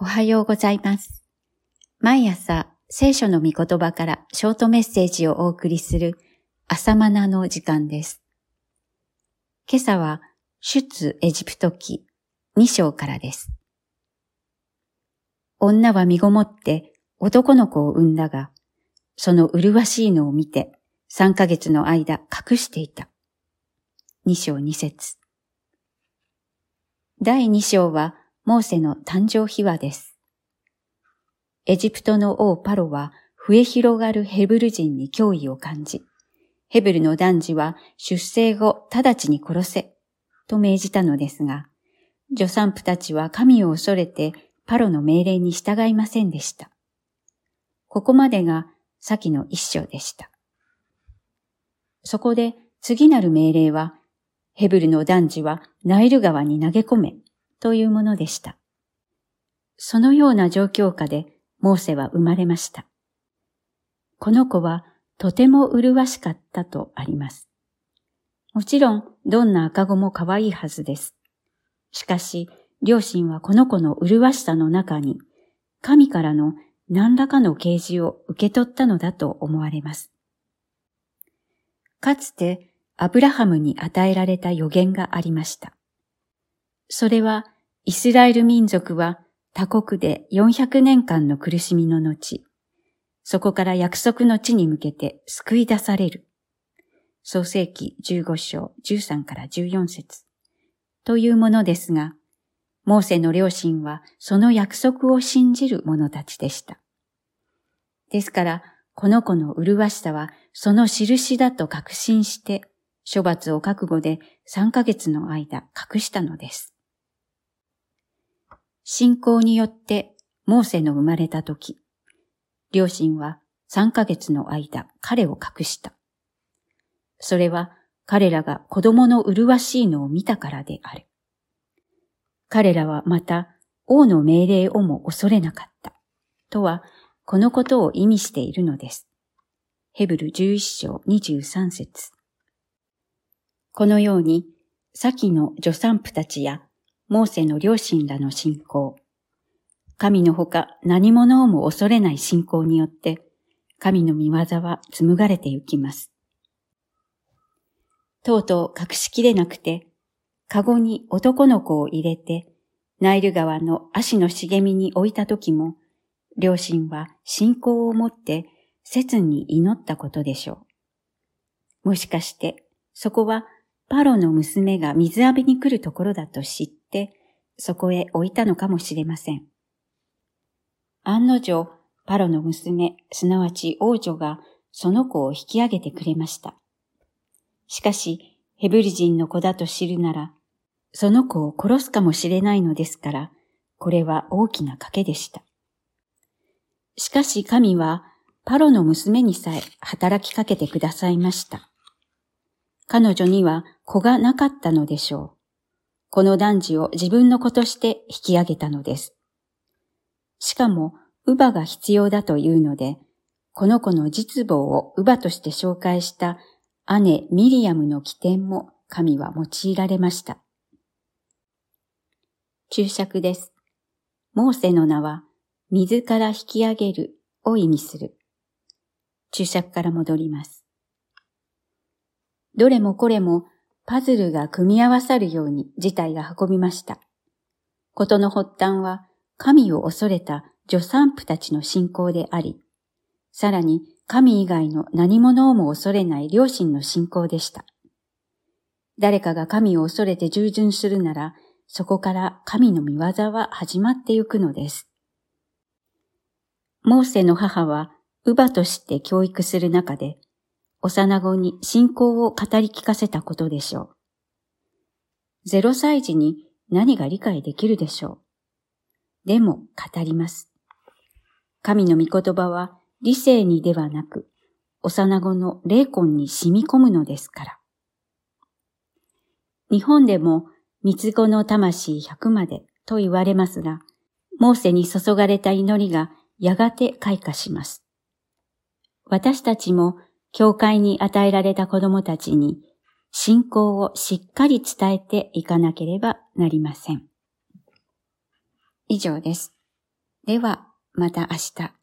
おはようございます。毎朝、聖書の御言葉からショートメッセージをお送りする朝マナの時間です。今朝は、出エジプト記2章からです。女は身ごもって男の子を産んだが、その麗しいのを見て3ヶ月の間隠していた。2章2節。第2章はモーセの誕生秘話です。エジプトの王パロは増え広がるヘブル人に脅威を感じ、ヘブルの男児は出生後直ちに殺せと命じたのですが、助産婦たちは神を恐れてパロの命令に従いませんでした。ここまでが先の一章でした。そこで次なる命令は、ヘブルの男児はナイル川に投げ込めというものでした。そのような状況下でモーセは生まれました。この子はとても麗しかったとあります。もちろんどんな赤子も可愛いはずです。しかし両親はこの子の麗しさの中に神からの何らかの啓示を受け取ったのだと思われます。かつてアブラハムに与えられた予言がありました。それはイスラエル民族は他国で400年間の苦しみの後、そこから約束の地に向けて救い出される。創世記15章13から14節というものですが、モーセの両親はその約束を信じる者たちでした。ですから、この子の麗しさはその印だと確信して、処罰を覚悟で3ヶ月の間隠したのです。信仰によってモーセの生まれた時、両親は3ヶ月の間彼を隠した。それは彼らが子供の麗しいのを見たからである。彼らはまた王の命令をも恐れなかった。とはこのことを意味しているのです。ヘブル11章23節。このように、先の助産婦たちやモーセの両親らの信仰、神のほか何者をも恐れない信仰によって、神の御業は紡がれてゆきます。とうとう隠しきれなくて、かごに男の子を入れて、ナイル川の葦の茂みに置いた時も、両親は信仰を持って切に祈ったことでしょう。もしかして、そこはパロの娘が水浴びに来るところだと知って、そこへ置いたのかもしれません。案の定、パロの娘、すなわち王女がその子を引き上げてくれました。しかし、ヘブル人の子だと知るなら、その子を殺すかもしれないのですから、これは大きな賭けでした。しかし神は、パロの娘にさえ働きかけてくださいました。彼女には子がなかったのでしょう。この男児を自分の子として引き上げたのです。しかも、乳母が必要だというので、この子の実母を乳母として紹介した姉ミリアムの起点も神は用いられました。注釈です。モーセの名は、水から引き上げるを意味する。注釈から戻ります。どれもこれもパズルが組み合わさるように事態が運びました。事の発端は神を恐れた助産婦たちの信仰であり、さらに神以外の何者をも恐れない両親の信仰でした。誰かが神を恐れて従順するなら、そこから神の御業は始まってゆくのです。モーセの母は乳母として教育する中で、幼子に信仰を語り聞かせたことでしょう。0歳児に何が理解できるでしょう。でも語ります。神の御言葉は理性にではなく、幼子の霊魂に染み込むのですから。日本でも三つ子の魂100までと言われますが、モーセに注がれた祈りがやがて開花します。私たちも教会に与えられた子供たちに信仰をしっかり伝えていかなければなりません。以上です。 では、また明日。